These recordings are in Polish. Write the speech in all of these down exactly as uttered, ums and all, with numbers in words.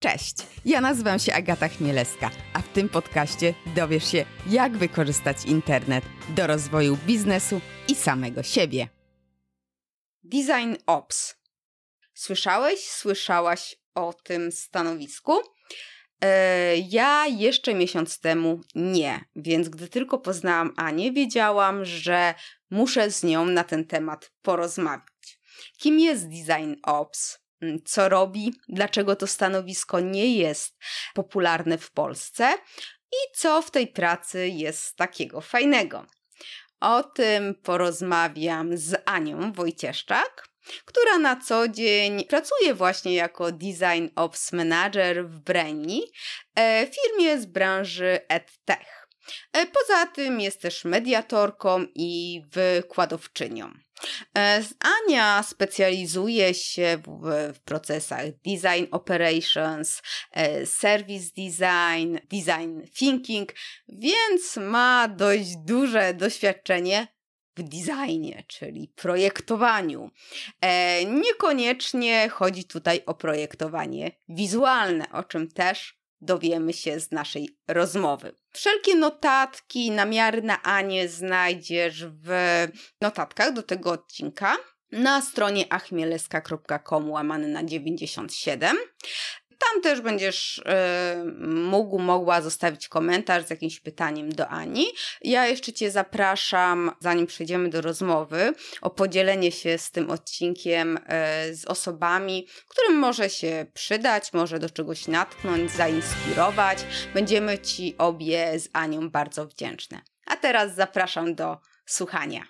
Cześć, ja nazywam się Agata Chmielewska, a w tym podcaście dowiesz się, jak wykorzystać internet do rozwoju biznesu i samego siebie. Design Ops. Słyszałeś, słyszałaś o tym stanowisku? E, ja jeszcze miesiąc temu nie, więc gdy tylko poznałam Anię, wiedziałam, że muszę z nią na ten temat porozmawiać. Kim jest Design Ops? Co robi, dlaczego to stanowisko nie jest popularne w Polsce i co w tej pracy jest takiego fajnego. O tym porozmawiam z Anią Wojcieszczak, która na co dzień pracuje właśnie jako Design Ops Manager w Brainly, firmie z branży EdTech. Poza tym jest też mediatorką i wykładowczynią. Ania specjalizuje się w, w procesach Design Operations, Service Design, Design Thinking, więc ma dość duże doświadczenie w designie, czyli projektowaniu. E, niekoniecznie chodzi tutaj o projektowanie wizualne, o czym też dowiemy się z naszej rozmowy. Wszelkie notatki, namiary na Anię znajdziesz w notatkach do tego odcinka na stronie achmielewska kropka com łamane na dziewięćdziesiąt siedem. Tam też będziesz yy, mógł, mogła zostawić komentarz z jakimś pytaniem do Ani. Ja jeszcze Cię zapraszam, zanim przejdziemy do rozmowy, o podzielenie się z tym odcinkiem yy, z osobami, którym może się przydać, może do czegoś natknąć, zainspirować. Będziemy Ci obie z Anią bardzo wdzięczne. A teraz zapraszam do słuchania.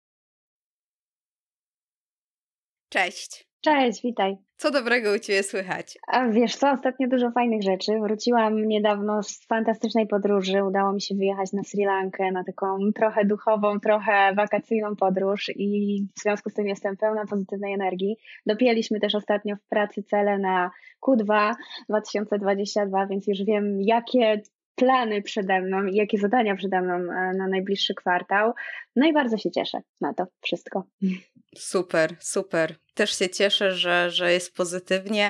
Cześć! Cześć, witaj. Co dobrego u Ciebie słychać? A wiesz co, ostatnio dużo fajnych rzeczy. Wróciłam niedawno z fantastycznej podróży. Udało mi się wyjechać na Sri Lankę, na taką trochę duchową, trochę wakacyjną podróż i w związku z tym jestem pełna pozytywnej energii. Dopięliśmy też ostatnio w pracy cele na Q dwa dwa tysiące dwudziesty drugi, więc już wiem, jakie plany przede mną i jakie zadania przede mną na najbliższy kwartał. No i bardzo się cieszę na to wszystko. Super, super. Też się cieszę, że, że jest pozytywnie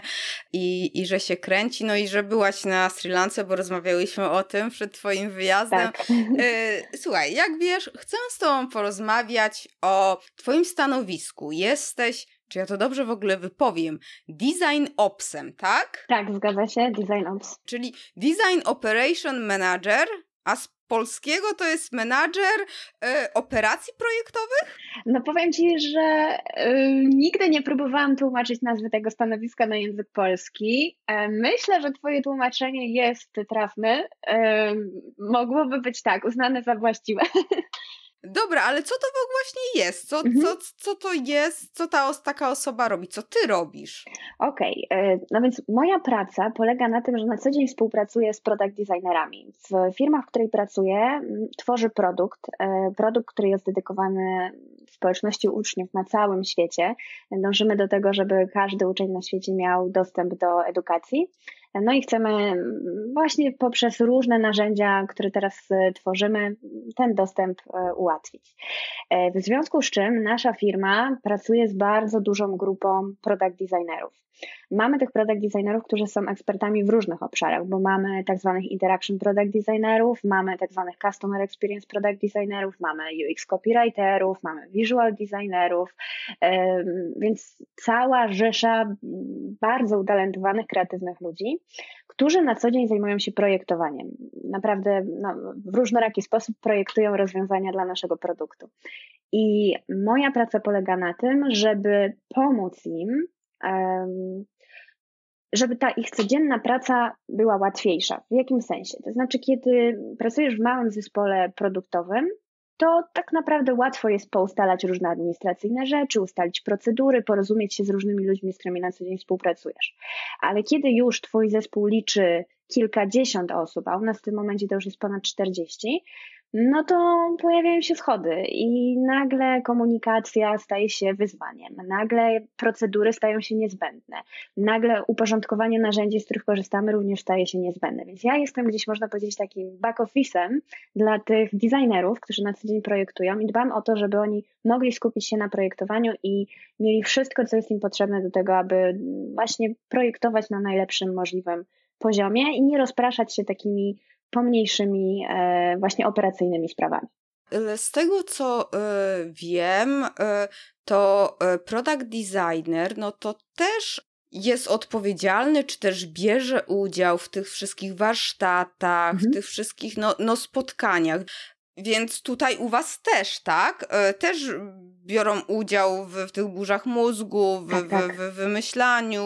i, i że się kręci. No i że byłaś na Sri Lance, bo rozmawiałyśmy o tym przed Twoim wyjazdem. Tak. Słuchaj, jak wiesz, chcę z Tobą porozmawiać o Twoim stanowisku. Jesteś, czy ja to dobrze w ogóle wypowiem, Design Opsem, tak? Tak, zgadza się, Design Ops. Czyli Design Operation Manager, a z polskiego to jest menadżer y, operacji projektowych? No powiem Ci, że y, nigdy nie próbowałam tłumaczyć nazwy tego stanowiska na język polski. E, myślę, że Twoje tłumaczenie jest trafne. E, mogłoby być tak, uznane za właściwe. Dobra, ale co to w ogóle właśnie jest? Co, Mhm. co, co to jest? Co ta os- taka osoba robi? Co Ty robisz? Okej, okay. No więc moja praca polega na tym, że na co dzień współpracuję z product designerami. W firmach, w której pracuję, tworzę produkt, produkt, który jest dedykowany społeczności uczniów na całym świecie. Dążymy do tego, żeby każdy uczeń na świecie miał dostęp do edukacji. No i chcemy właśnie poprzez różne narzędzia, które teraz tworzymy, ten dostęp ułatwić. W związku z czym nasza firma pracuje z bardzo dużą grupą product designerów. Mamy tych product designerów, którzy są ekspertami w różnych obszarach, bo mamy tak zwanych interaction product designerów, mamy tak zwanych customer experience product designerów, mamy U X copywriterów, mamy visual designerów, więc cała rzesza bardzo utalentowanych, kreatywnych ludzi, którzy na co dzień zajmują się projektowaniem. Naprawdę no, w różnoraki sposób projektują rozwiązania dla naszego produktu. I moja praca polega na tym, żeby pomóc im, żeby ta ich codzienna praca była łatwiejsza. W jakim sensie? To znaczy, kiedy pracujesz w małym zespole produktowym, to tak naprawdę łatwo jest poustalać różne administracyjne rzeczy, ustalić procedury, porozumieć się z różnymi ludźmi, z którymi na co dzień współpracujesz. Ale kiedy już Twój zespół liczy kilkadziesiąt osób, a u nas w tym momencie to już jest ponad czterdzieści, no to pojawiają się schody i nagle komunikacja staje się wyzwaniem, nagle procedury stają się niezbędne, nagle uporządkowanie narzędzi, z których korzystamy, również staje się niezbędne. Więc ja jestem gdzieś, można powiedzieć, takim back office'em dla tych designerów, którzy na co dzień projektują i dbam o to, żeby oni mogli skupić się na projektowaniu i mieli wszystko, co jest im potrzebne do tego, aby właśnie projektować na najlepszym możliwym poziomie i nie rozpraszać się takimi pomniejszymi e, właśnie operacyjnymi sprawami. Z tego, co y, wiem, y, to y, product designer, no to też jest odpowiedzialny, czy też bierze udział w tych wszystkich warsztatach, mhm. w tych wszystkich no, no, spotkaniach. Więc tutaj u was też, tak? Y, też biorą udział w, w tych burzach mózgu, w, tak, tak. w, w wymyślaniu.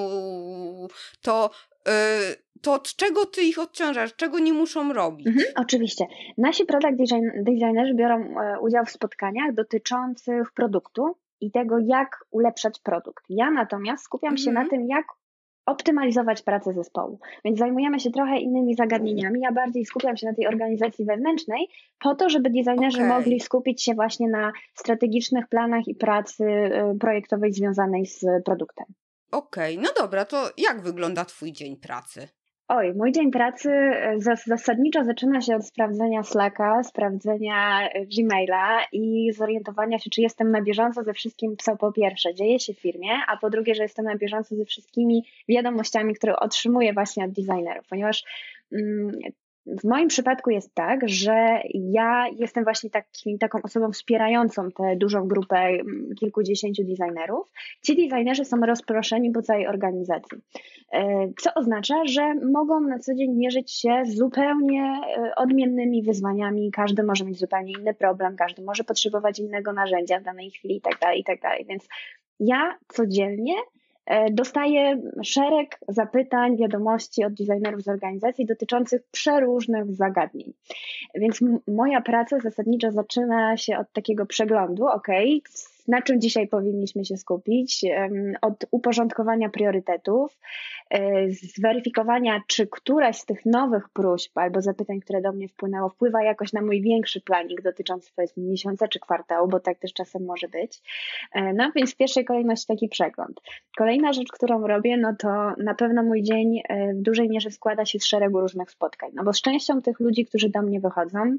To... Y, to od czego ty ich odciążasz? Czego nie muszą robić? Mhm, oczywiście. Nasi product design, designerzy biorą e, udział w spotkaniach dotyczących produktu i tego, jak ulepszać produkt. Ja natomiast skupiam mhm. się na tym, jak optymalizować pracę zespołu. Więc zajmujemy się trochę innymi zagadnieniami. Ja bardziej skupiam się na tej organizacji wewnętrznej po to, żeby designerzy okay. mogli skupić się właśnie na strategicznych planach i pracy e, projektowej związanej z produktem. Okej, okay. No dobra, to jak wygląda twój dzień pracy? Oj, mój dzień pracy zasadniczo zaczyna się od sprawdzenia Slacka, sprawdzenia Gmaila i zorientowania się, czy jestem na bieżąco ze wszystkim, co po pierwsze dzieje się w firmie, a po drugie, że jestem na bieżąco ze wszystkimi wiadomościami, które otrzymuję właśnie od designerów, ponieważ mm, w moim przypadku jest tak, że ja jestem właśnie taki, taką osobą wspierającą tę dużą grupę kilkudziesięciu designerów. Ci designerzy są rozproszeni po całej organizacji, co oznacza, że mogą na co dzień mierzyć się z zupełnie odmiennymi wyzwaniami. Każdy może mieć zupełnie inny problem, każdy może potrzebować innego narzędzia w danej chwili itd., itd. Więc ja codziennie dostaję szereg zapytań, wiadomości od designerów z organizacji dotyczących przeróżnych zagadnień. Więc m- moja praca zasadniczo zaczyna się od takiego przeglądu, ok, na czym dzisiaj powinniśmy się skupić, od uporządkowania priorytetów, zweryfikowania, czy któraś z tych nowych próśb albo zapytań, które do mnie wpłynęło, wpływa jakoś na mój większy planik dotyczący powiedzmy miesiąca czy kwartału, bo tak też czasem może być. No więc w pierwszej kolejności taki przegląd. Kolejna rzecz, którą robię, no to na pewno mój dzień w dużej mierze składa się z szeregu różnych spotkań, no bo z częścią tych ludzi, którzy do mnie wychodzą,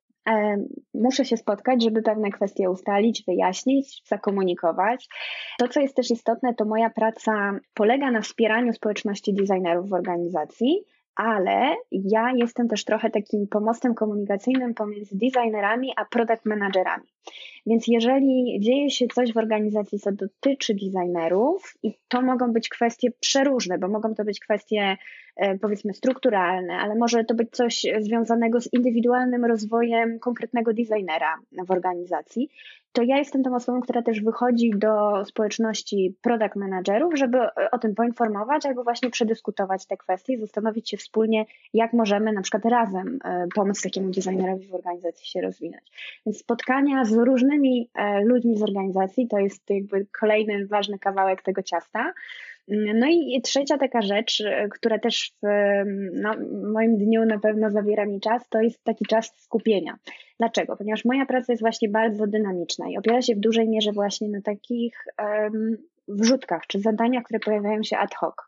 muszę się spotkać, żeby pewne kwestie ustalić, wyjaśnić, zakomunikować. To, co jest też istotne, to moja praca polega na wspieraniu społeczności designerów w organizacji, ale ja jestem też trochę takim pomostem komunikacyjnym pomiędzy designerami a product managerami. Więc jeżeli dzieje się coś w organizacji, co dotyczy designerów, i to mogą być kwestie przeróżne, bo mogą to być kwestie powiedzmy strukturalne, ale może to być coś związanego z indywidualnym rozwojem konkretnego designera w organizacji, to ja jestem tą osobą, która też wychodzi do społeczności product managerów, żeby o tym poinformować albo właśnie przedyskutować te kwestie i zastanowić się wspólnie, jak możemy na przykład razem pomóc takiemu designerowi w organizacji się rozwinąć. Więc spotkania z różnymi ludźmi z organizacji to jest jakby kolejny ważny kawałek tego ciasta. No i trzecia taka rzecz, która też w no, moim dniu na pewno zabiera mi czas, to jest taki czas skupienia. Dlaczego? Ponieważ moja praca jest właśnie bardzo dynamiczna i opiera się w dużej mierze właśnie na takich um, wrzutkach czy zadaniach, które pojawiają się ad hoc.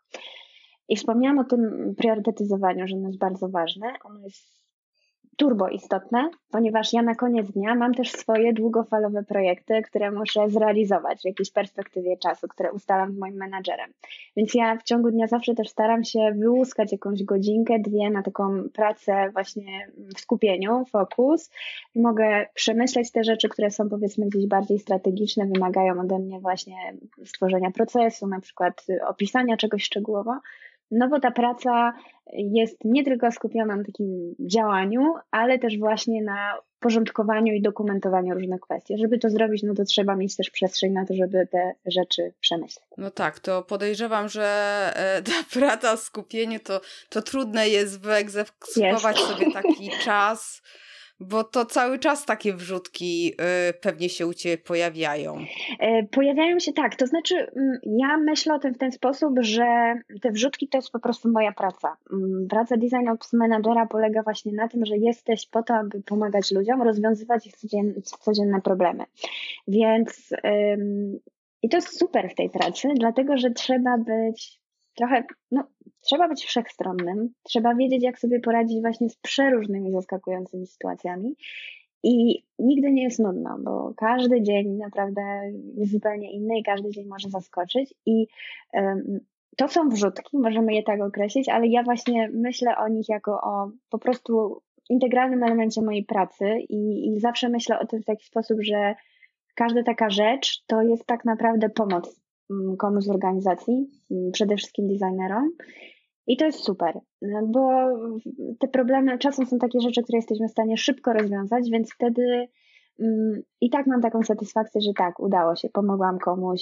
I wspomniałam o tym priorytetyzowaniu, że ono jest bardzo ważne. Ono jest turbo istotne, ponieważ ja na koniec dnia mam też swoje długofalowe projekty, które muszę zrealizować w jakiejś perspektywie czasu, które ustalam z moim menadżerem. Więc ja w ciągu dnia zawsze też staram się wyłuskać jakąś godzinkę, dwie na taką pracę właśnie w skupieniu, fokus. Mogę przemyśleć te rzeczy, które są powiedzmy gdzieś bardziej strategiczne, wymagają ode mnie właśnie stworzenia procesu, na przykład opisania czegoś szczegółowo. No bo ta praca jest nie tylko skupiona na takim działaniu, ale też właśnie na porządkowaniu i dokumentowaniu różnych kwestii. Żeby to zrobić, no to trzeba mieć też przestrzeń na to, żeby te rzeczy przemyśleć. No tak, to podejrzewam, że ta praca, skupienie to, to trudne jest wyegzekwować sobie taki czas Bo to cały czas takie wrzutki y, pewnie się u Ciebie pojawiają. Pojawiają się tak, to znaczy ja myślę o tym w ten sposób, że te wrzutki to jest po prostu moja praca. Praca Design Ops Managera polega właśnie na tym, że jesteś po to, aby pomagać ludziom, rozwiązywać ich codzienne, codzienne problemy. Więc ym, i to jest super w tej pracy, dlatego że trzeba być trochę, no trzeba być wszechstronnym, trzeba wiedzieć, jak sobie poradzić właśnie z przeróżnymi zaskakującymi sytuacjami. I nigdy nie jest nudno, bo każdy dzień naprawdę jest zupełnie inny i każdy dzień może zaskoczyć. I um, to są wrzutki, możemy je tak określić, ale ja właśnie myślę o nich jako o po prostu integralnym elemencie mojej pracy i, i zawsze myślę o tym w taki sposób, że każda taka rzecz to jest tak naprawdę pomoc komuś z organizacji, przede wszystkim designerom. I to jest super, bo te problemy czasem są takie rzeczy, które jesteśmy w stanie szybko rozwiązać, więc wtedy um, i tak mam taką satysfakcję, że tak, udało się, pomogłam komuś,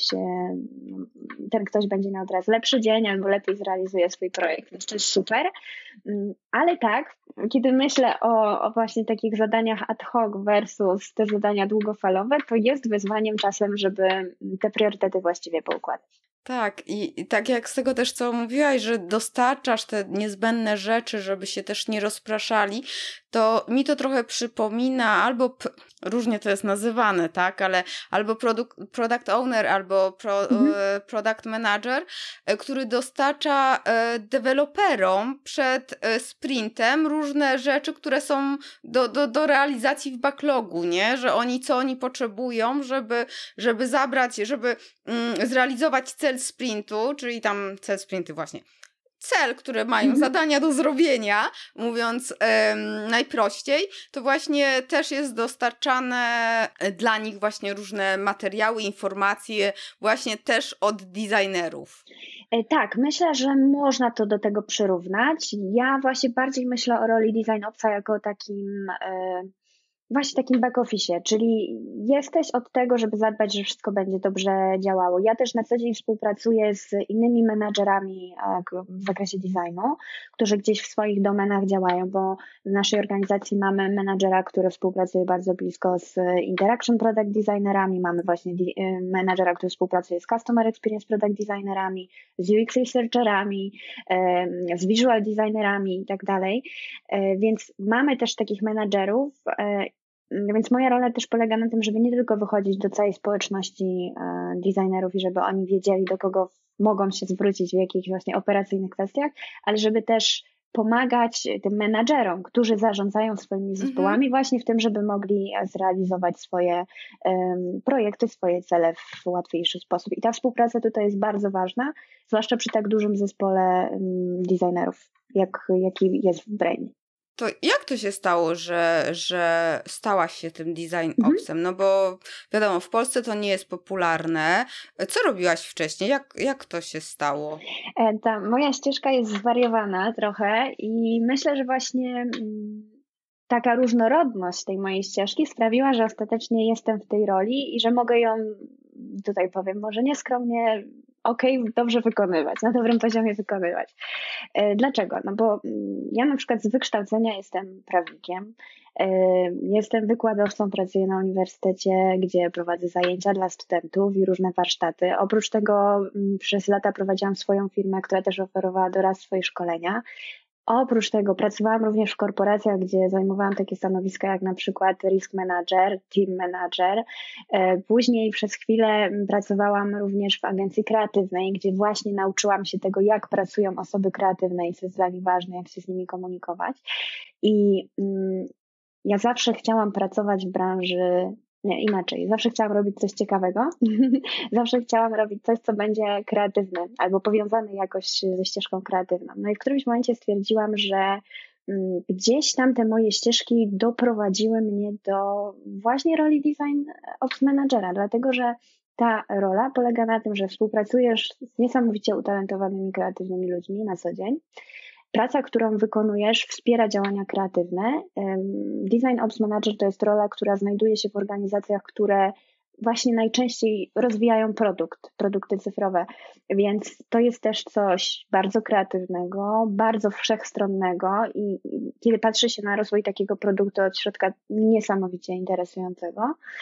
ten ktoś będzie miał teraz lepszy dzień albo lepiej zrealizuje swój projekt, więc to jest super. Um, ale tak, kiedy myślę o, o właśnie takich zadaniach ad hoc versus te zadania długofalowe, to jest wyzwaniem czasem, żeby te priorytety właściwie poukładać. Tak, i, i tak jak z tego też co mówiłaś, że dostarczasz te niezbędne rzeczy, żeby się też nie rozpraszali, to mi to trochę przypomina, albo p- różnie to jest nazywane, tak, ale albo produkt, product owner, albo pro, mhm. e, product manager, e, który dostarcza e, deweloperom przed e, sprintem różne rzeczy, które są do, do, do realizacji w backlogu, nie, że oni, co oni potrzebują, żeby, żeby zabrać, żeby mm, zrealizować cel sprintu, czyli tam cel sprinty właśnie, cel, które mają mm-hmm. zadania do zrobienia, mówiąc um, najprościej, to właśnie też jest dostarczane dla nich właśnie różne materiały, informacje właśnie też od designerów. Tak, myślę, że można to do tego przyrównać. Ja właśnie bardziej myślę o roli design opsa jako takim e, właśnie takim back office, czyli jesteś od tego, żeby zadbać, że wszystko będzie dobrze działało. Ja też na co dzień współpracuję z innymi menadżerami w zakresie designu, którzy gdzieś w swoich domenach działają, bo w naszej organizacji mamy menadżera, który współpracuje bardzo blisko z interaction product designerami, mamy właśnie menadżera, który współpracuje z customer experience product designerami, z U X researcherami, z visual designerami i tak dalej. Więc mamy też takich menadżerów. Więc moja rola też polega na tym, żeby nie tylko wychodzić do całej społeczności designerów i żeby oni wiedzieli, do kogo mogą się zwrócić w jakichś właśnie operacyjnych kwestiach, ale żeby też pomagać tym menadżerom, którzy zarządzają swoimi zespołami, mm-hmm. właśnie w tym, żeby mogli zrealizować swoje um, projekty, swoje cele w łatwiejszy sposób. I ta współpraca tutaj jest bardzo ważna, zwłaszcza przy tak dużym zespole um, designerów, jak, jaki jest w Brain. To jak to się stało, że, że stałaś się tym design opsem? No bo wiadomo, w Polsce to nie jest popularne. Co robiłaś wcześniej? Jak, jak to się stało? Ta moja ścieżka jest zwariowana trochę i myślę, że właśnie taka różnorodność tej mojej ścieżki sprawiła, że ostatecznie jestem w tej roli i że mogę ją, tutaj powiem może nieskromnie, okej, okay, dobrze wykonywać, na dobrym poziomie wykonywać. Dlaczego? No bo ja na przykład z wykształcenia jestem prawnikiem, jestem wykładowcą, pracuję na uniwersytecie, gdzie prowadzę zajęcia dla studentów i różne warsztaty. Oprócz tego przez lata prowadziłam swoją firmę, która też oferowała doradztwo i szkolenia. Oprócz tego pracowałam również w korporacjach, gdzie zajmowałam takie stanowiska jak na przykład risk manager, team manager. Później przez chwilę pracowałam również w agencji kreatywnej, gdzie właśnie nauczyłam się tego, jak pracują osoby kreatywne i co jest dla nich ważne, jak się z nimi komunikować. I mm, ja zawsze chciałam pracować w branży, nie, inaczej, zawsze chciałam robić coś ciekawego, zawsze chciałam robić coś, co będzie kreatywne albo powiązane jakoś ze ścieżką kreatywną. No i w którymś momencie stwierdziłam, że gdzieś tam te moje ścieżki doprowadziły mnie do właśnie roli design ops managera, dlatego że ta rola polega na tym, że współpracujesz z niesamowicie utalentowanymi, kreatywnymi ludźmi na co dzień. Praca, którą wykonujesz, wspiera działania kreatywne. Design Ops Manager to jest rola, która znajduje się w organizacjach, które właśnie najczęściej rozwijają produkt, produkty cyfrowe, więc to jest też coś bardzo kreatywnego, bardzo wszechstronnego i kiedy patrzy się na rozwój takiego produktu od środka, niesamowicie interesującego.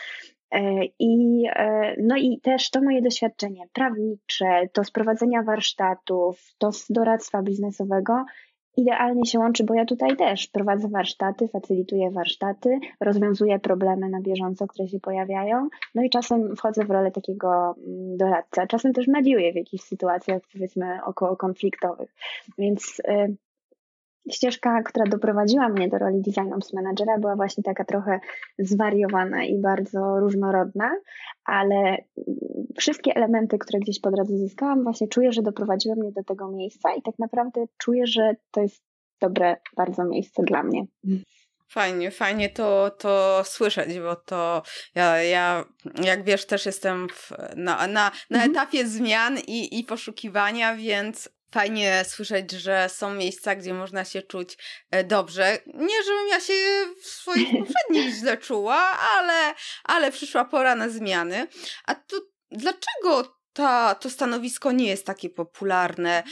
I, no i też to moje doświadczenie prawnicze, to z prowadzenia warsztatów, to z doradztwa biznesowego idealnie się łączy, bo ja tutaj też prowadzę warsztaty, facylituję warsztaty, rozwiązuję problemy na bieżąco, które się pojawiają, no i czasem wchodzę w rolę takiego doradcy, a czasem też mediuję w jakichś sytuacjach, powiedzmy, około konfliktowych, więc y, ścieżka, która doprowadziła mnie do roli Design Ops Managera, była właśnie taka trochę zwariowana i bardzo różnorodna, ale wszystkie elementy, które gdzieś po drodze zyskałam, właśnie czuję, że doprowadziły mnie do tego miejsca i tak naprawdę czuję, że to jest dobre bardzo miejsce dla mnie. Fajnie, fajnie to, to słyszeć, bo to ja, ja jak wiesz, też jestem w, na, na, na mhm. etapie zmian i, i poszukiwania, więc fajnie słyszeć, że są miejsca, gdzie można się czuć dobrze. Nie, żebym ja się w swoich poprzednich źle czuła, ale, ale przyszła pora na zmiany. A tu dlaczego ta, to stanowisko nie jest takie popularne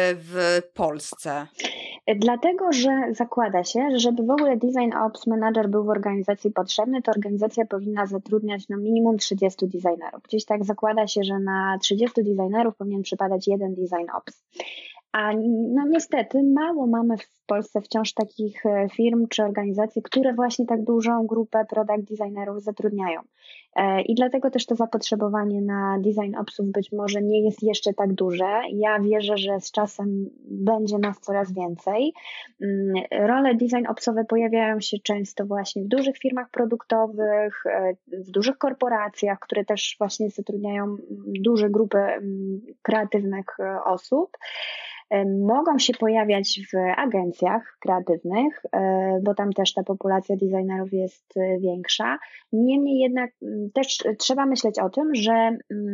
w Polsce? Dlatego, że zakłada się, że żeby w ogóle Design Ops Manager był w organizacji potrzebny, to organizacja powinna zatrudniać no minimum trzydziestu designerów. Gdzieś tak zakłada się, że na trzydziestu designerów powinien przypadać jeden Design Ops. A no niestety mało mamy w Polsce wciąż takich firm czy organizacji, które właśnie tak dużą grupę product designerów zatrudniają. I dlatego też to zapotrzebowanie na design opsów być może nie jest jeszcze tak duże. Ja wierzę, że z czasem będzie nas coraz więcej. Role design opsowe pojawiają się często właśnie w dużych firmach produktowych, w dużych korporacjach, które też właśnie zatrudniają duże grupy kreatywnych osób. Mogą się pojawiać w agencjach kreatywnych, bo tam też ta populacja designerów jest większa. Niemniej jednak też trzeba myśleć o tym, że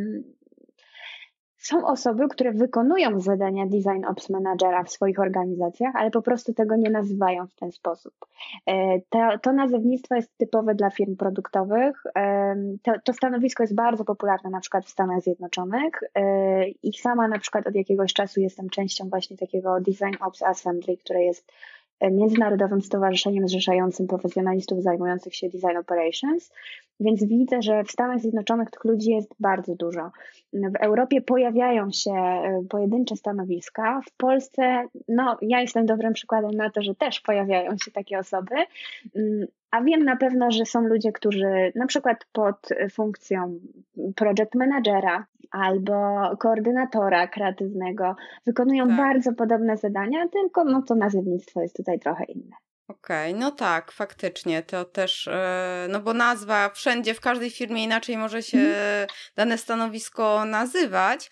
są osoby, które wykonują zadania Design Ops Managera w swoich organizacjach, ale po prostu tego nie nazywają w ten sposób. To, to nazewnictwo jest typowe dla firm produktowych. To, to stanowisko jest bardzo popularne na przykład w Stanach Zjednoczonych i sama na przykład od jakiegoś czasu jestem częścią właśnie takiego Design Ops Assembly, które jest międzynarodowym stowarzyszeniem zrzeszającym profesjonalistów zajmujących się design operations, więc widzę, że w Stanach Zjednoczonych tych ludzi jest bardzo dużo. W Europie pojawiają się pojedyncze stanowiska, w Polsce, no ja jestem dobrym przykładem na to, że też pojawiają się takie osoby, a wiem na pewno, że są ludzie, którzy na przykład pod funkcją project managera albo koordynatora kreatywnego wykonują tak. bardzo podobne zadania, tylko no to nazewnictwo jest tutaj trochę inne. Okej, okay, no tak, faktycznie, to też, no bo nazwa wszędzie, w każdej firmie inaczej może się mm. dane stanowisko nazywać.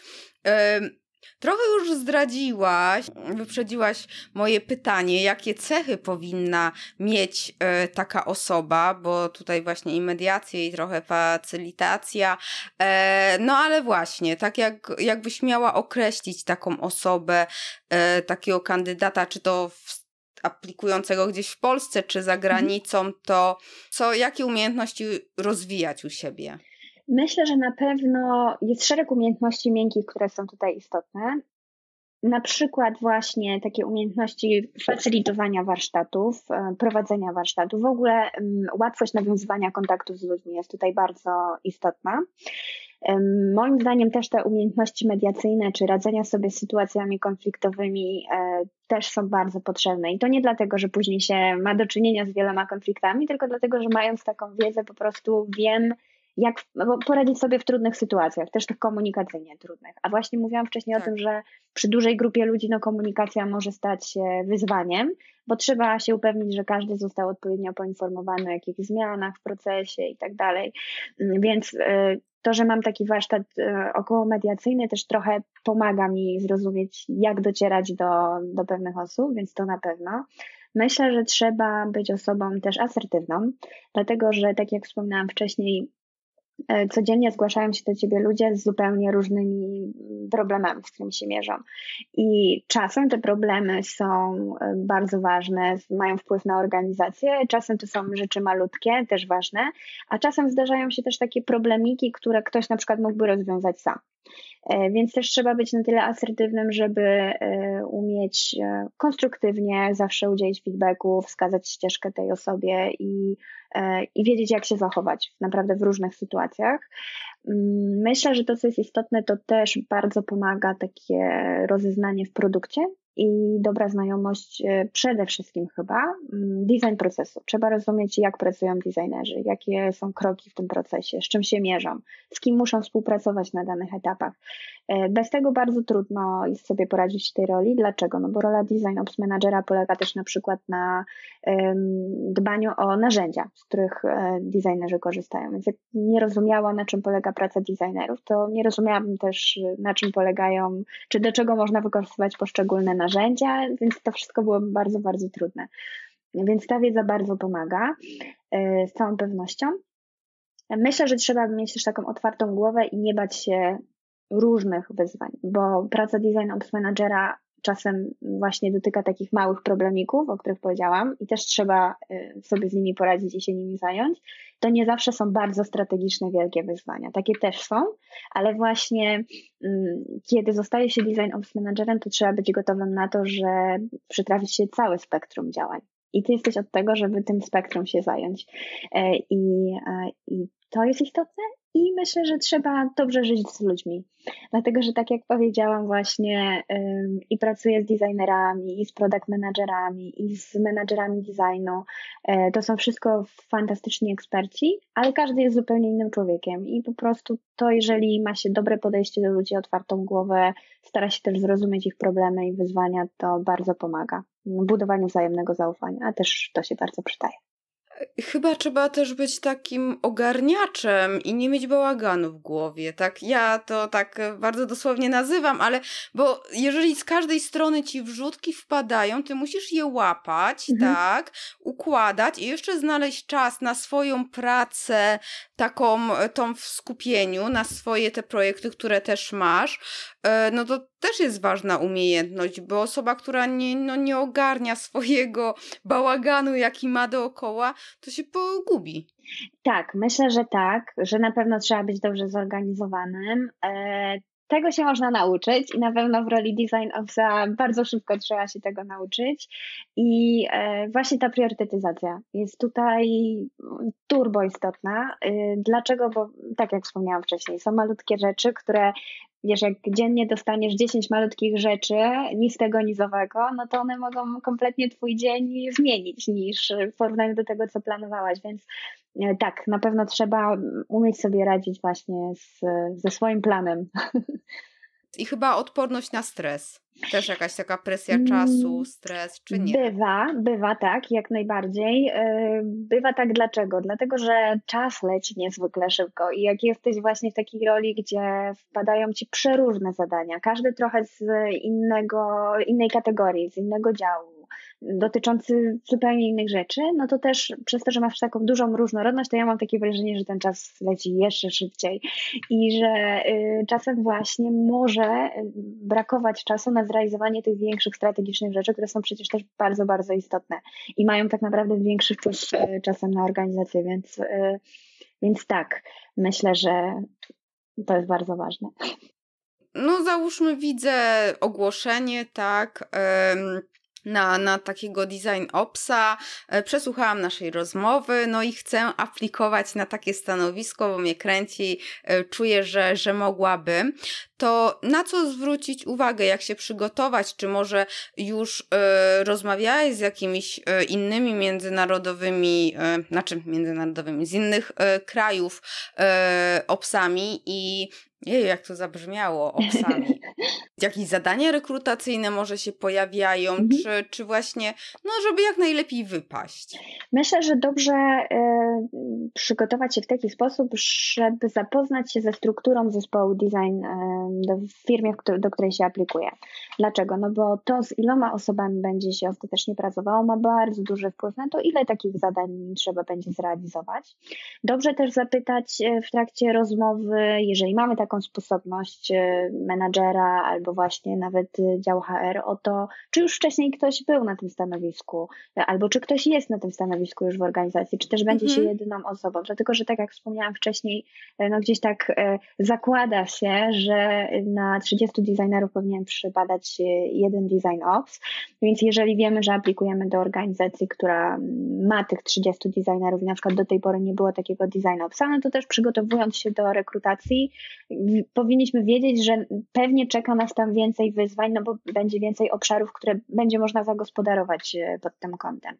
Trochę już zdradziłaś, wyprzedziłaś moje pytanie, jakie cechy powinna mieć e, taka osoba, bo tutaj właśnie i mediacje, i trochę facylitacja, e, no ale właśnie, tak jak, jakbyś miała określić taką osobę, e, takiego kandydata, czy to w aplikującego gdzieś w Polsce, czy za granicą, to co, jakie umiejętności rozwijać u siebie? Myślę, że na pewno jest szereg umiejętności miękkich, które są tutaj istotne. Na przykład właśnie takie umiejętności facylitowania warsztatów, prowadzenia warsztatów. W ogóle łatwość nawiązywania kontaktów z ludźmi jest tutaj bardzo istotna. Moim zdaniem też te umiejętności mediacyjne czy radzenia sobie z sytuacjami konfliktowymi też są bardzo potrzebne. I to nie dlatego, że później się ma do czynienia z wieloma konfliktami, tylko dlatego, że mając taką wiedzę po prostu wiem, jak poradzić sobie w trudnych sytuacjach, też tych komunikacyjnie trudnych. A właśnie mówiłam wcześniej tak. o tym, że przy dużej grupie ludzi no, komunikacja może stać się wyzwaniem, bo trzeba się upewnić, że każdy został odpowiednio poinformowany o jakichś zmianach w procesie i tak dalej. Więc to, że mam taki warsztat około mediacyjny też trochę pomaga mi zrozumieć, jak docierać do, do pewnych osób, więc to na pewno. Myślę, że trzeba być osobą też asertywną, dlatego że tak jak wspominałam wcześniej, codziennie zgłaszają się do ciebie ludzie z zupełnie różnymi problemami, z którymi się mierzą. I czasem te problemy są bardzo ważne, mają wpływ na organizację, czasem to są rzeczy malutkie, też ważne, a czasem zdarzają się też takie problemiki, które ktoś na przykład mógłby rozwiązać sam. Więc też trzeba być na tyle asertywnym, żeby umieć konstruktywnie zawsze udzielić feedbacku, wskazać ścieżkę tej osobie i, i wiedzieć, jak się zachować naprawdę w różnych sytuacjach. Myślę, że to, co jest istotne, to też bardzo pomaga takie rozeznanie w produkcie i dobra znajomość przede wszystkim chyba design procesu. Trzeba rozumieć, jak pracują designerzy, jakie są kroki w tym procesie, z czym się mierzą, z kim muszą współpracować na danych etapach. Bez tego bardzo trudno jest sobie poradzić w tej roli. Dlaczego? No bo rola design ops managera polega też na przykład na um, dbaniu o narzędzia, z których designerzy korzystają. Więc jak nie rozumiała, na czym polega praca designerów, to nie rozumiałabym też, na czym polegają, czy do czego można wykorzystywać poszczególne narzędzia, więc to wszystko byłoby bardzo, bardzo trudne. Więc ta wiedza bardzo pomaga, z całą pewnością. Myślę, że trzeba mieć też taką otwartą głowę i nie bać się różnych wyzwań, bo praca design ops managera czasem właśnie dotyka takich małych problemików, o których powiedziałam i też trzeba sobie z nimi poradzić i się nimi zająć. To nie zawsze są bardzo strategiczne, wielkie wyzwania. Takie też są, ale właśnie kiedy zostaje się design ops managerem, to trzeba być gotowym na to, że przytrafi się całe spektrum działań. I ty jesteś od tego, żeby tym spektrum się zająć. I, i to jest istotne. I myślę, że trzeba dobrze żyć z ludźmi, dlatego że tak jak powiedziałam właśnie ym, i pracuję z designerami, i z product managerami, i z menadżerami designu, y, to są wszystko fantastyczni eksperci, ale każdy jest zupełnie innym człowiekiem i po prostu to, jeżeli ma się dobre podejście do ludzi, otwartą głowę, stara się też zrozumieć ich problemy i wyzwania, to bardzo pomaga w budowaniu wzajemnego zaufania, a też to się bardzo przydaje. Chyba trzeba też być takim ogarniaczem i nie mieć bałaganu w głowie, tak? Ja to tak bardzo dosłownie nazywam, ale bo jeżeli z każdej strony ci wrzutki wpadają, ty musisz je łapać, mhm. tak? Układać i jeszcze znaleźć czas na swoją pracę, taką tą w skupieniu, na swoje te projekty, które też masz, no to też jest ważna umiejętność, bo osoba, która nie, no nie ogarnia swojego bałaganu, jaki ma dookoła, to się pogubi. Tak, myślę, że tak, że na pewno trzeba być dobrze zorganizowanym. E, tego się można nauczyć i na pewno w roli design officer bardzo szybko trzeba się tego nauczyć. I e, właśnie ta priorytetyzacja jest tutaj turbo istotna. E, dlaczego? Bo tak jak wspomniałam wcześniej, są malutkie rzeczy, które wiesz, jak dziennie dostaniesz dziesięć malutkich rzeczy, ni z tego, ni z owego, no to one mogą kompletnie twój dzień zmienić niż w porównaniu do tego, co planowałaś, więc tak, na pewno trzeba umieć sobie radzić właśnie z, ze swoim planem. I chyba odporność na stres. Też jakaś taka presja czasu, stres, czy nie? Bywa, bywa tak, jak najbardziej. Bywa tak dlaczego? Dlatego, że czas leci niezwykle szybko i jak jesteś właśnie w takiej roli, gdzie wpadają ci przeróżne zadania, każdy trochę z innego, innej kategorii, z innego działu, dotyczący zupełnie innych rzeczy, no to też przez to, że masz taką dużą różnorodność, to ja mam takie wrażenie, że ten czas leci jeszcze szybciej i że y, czasem właśnie może brakować czasu na zrealizowanie tych większych strategicznych rzeczy, które są przecież też bardzo, bardzo istotne i mają tak naprawdę większy wpływ y, czasem na organizację, więc, y, więc tak, myślę, że to jest bardzo ważne. No załóżmy, widzę ogłoszenie, tak, ym... Na, na takiego design opsa, przesłuchałam naszej rozmowy, no i chcę aplikować na takie stanowisko, bo mnie kręci, czuję, że, że mogłabym. To na co zwrócić uwagę, jak się przygotować, czy może już y, rozmawiałeś z jakimiś y, innymi międzynarodowymi, y, znaczy międzynarodowymi, z innych y, krajów y, opsami i Jej, jak to zabrzmiało, opsami. Jakieś zadania rekrutacyjne może się pojawiają, mhm. czy, czy właśnie, no żeby jak najlepiej wypaść? Myślę, że dobrze y, przygotować się w taki sposób, żeby zapoznać się ze strukturą zespołu design y, do, w firmie, do której się aplikuje. Dlaczego? No bo to, z iloma osobami będzie się ostatecznie pracowało, ma bardzo duży wpływ na to, ile takich zadań trzeba będzie zrealizować. Dobrze też zapytać w trakcie rozmowy, jeżeli mamy taką sposobność menadżera albo właśnie nawet dział H R, o to, czy już wcześniej ktoś był na tym stanowisku, albo czy ktoś jest na tym stanowisku już w organizacji, czy też będzie mm-hmm. się jedyną osobą. Dlatego, że tak jak wspomniałam wcześniej, no gdzieś tak e, zakłada się, że na trzydziestu designerów powinien przypadać jeden design ops, więc jeżeli wiemy, że aplikujemy do organizacji, która ma tych trzydziestu designerów i na przykład do tej pory nie było takiego design opsa, no to też przygotowując się do rekrutacji powinniśmy wiedzieć, że pewnie czeka nas tam więcej wyzwań, no bo będzie więcej obszarów, które będzie można zagospodarować pod tym kątem.